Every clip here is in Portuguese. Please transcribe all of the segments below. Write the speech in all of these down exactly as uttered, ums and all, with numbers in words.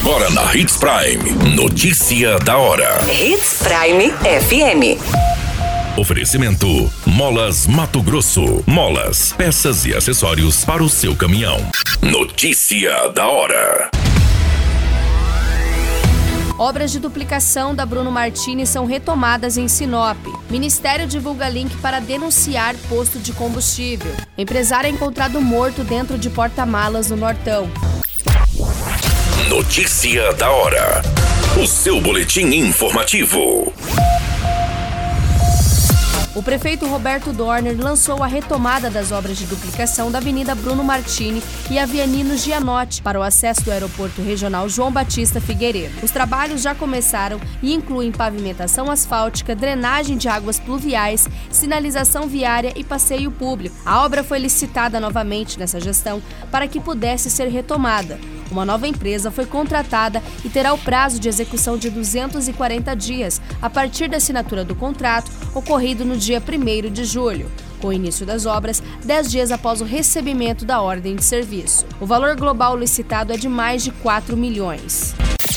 Agora na Hits Prime. Notícia da hora. Hits Prime F M. Oferecimento: Molas Mato Grosso. Molas, peças e acessórios para o seu caminhão. Notícia da hora. Obras de duplicação da Bruno Martini são retomadas em Sinop. Ministério divulga link para denunciar posto de combustível. Empresário é encontrado morto dentro de porta-malas no Nortão. Notícia da hora. O seu boletim informativo. O prefeito Roberto Dorner lançou a retomada das obras de duplicação da Avenida Bruno Martini e Avianino Gianotti para o acesso do Aeroporto Regional João Batista Figueiredo. Os trabalhos já começaram e incluem pavimentação asfáltica, drenagem de águas pluviais, sinalização viária e passeio público. A obra foi licitada novamente nessa gestão para que pudesse ser retomada. Uma nova empresa foi contratada e terá o prazo de execução de duzentos e quarenta dias, a partir da assinatura do contrato, ocorrido no dia primeiro de julho. Com o início das obras, dez dias após o recebimento da ordem de serviço. O valor global licitado é de mais de quatro milhões.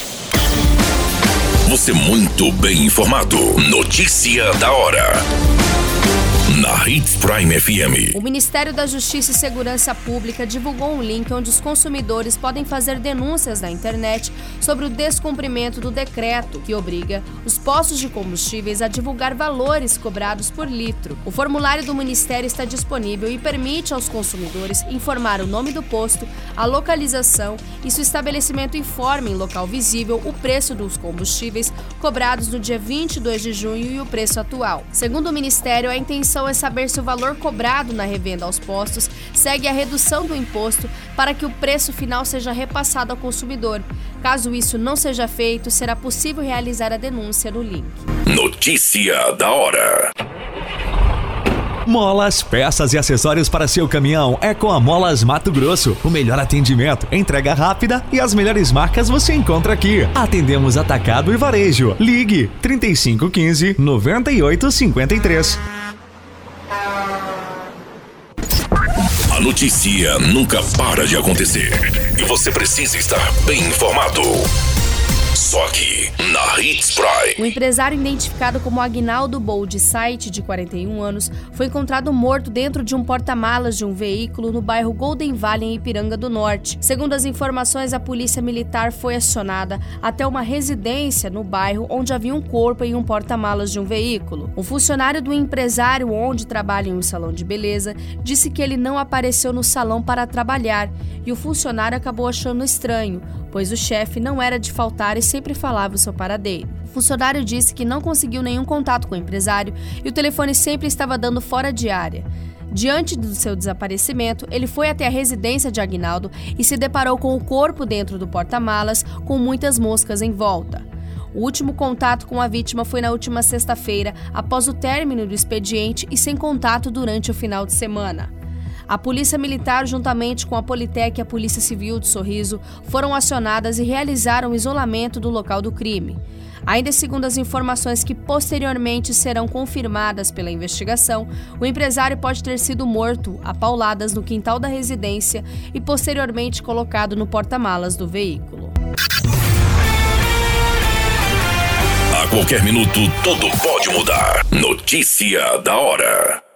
Você muito bem informado. Notícia da hora. Na Hits Prime F M. O Ministério da Justiça e Segurança Pública divulgou um link onde os consumidores podem fazer denúncias na internet sobre o descumprimento do decreto que obriga os postos de combustíveis a divulgar valores cobrados por litro. O formulário do Ministério está disponível e permite aos consumidores informar o nome do posto, a localização e, se o estabelecimento informa em local visível, o preço dos combustíveis cobrados no dia vinte e dois de junho e o preço atual. Segundo o Ministério, a intenção é saber se o valor cobrado na revenda aos postos segue a redução do imposto para que o preço final seja repassado ao consumidor. Caso isso não seja feito, será possível realizar a denúncia no link. Notícia da hora. Molas, peças e acessórios para seu caminhão é com a Molas Mato Grosso. O melhor atendimento, entrega rápida e as melhores marcas você encontra aqui. Atendemos atacado e varejo. Ligue trinta e cinco quinze, noventa e oito cinquenta e três. A notícia nunca para de acontecer e você precisa estar bem informado. Só aqui, na Hits Prime. O empresário identificado como Aguinaldo Bold Site, de quarenta e um anos, foi encontrado morto dentro de um porta-malas de um veículo no bairro Golden Valley, em Ipiranga do Norte. Segundo as informações, a polícia militar foi acionada até uma residência no bairro onde havia um corpo em um porta-malas de um veículo. Um funcionário do empresário, onde trabalha em um salão de beleza, disse que ele não apareceu no salão para trabalhar e o funcionário acabou achando estranho, pois o chefe não era de faltar e sempre falava o seu paradeiro. O funcionário disse que não conseguiu nenhum contato com o empresário e o telefone sempre estava dando fora de área. Diante do seu desaparecimento, ele foi até a residência de Aguinaldo e se deparou com o corpo dentro do porta-malas, com muitas moscas em volta. O último contato com a vítima foi na última sexta-feira, após o término do expediente e sem contato durante o final de semana. A Polícia Militar, juntamente com a Politec e a Polícia Civil de Sorriso, foram acionadas e realizaram o isolamento do local do crime. Ainda segundo as informações que posteriormente serão confirmadas pela investigação, o empresário pode ter sido morto a pauladas no quintal da residência e posteriormente colocado no porta-malas do veículo. A qualquer minuto, tudo pode mudar. Notícia da hora.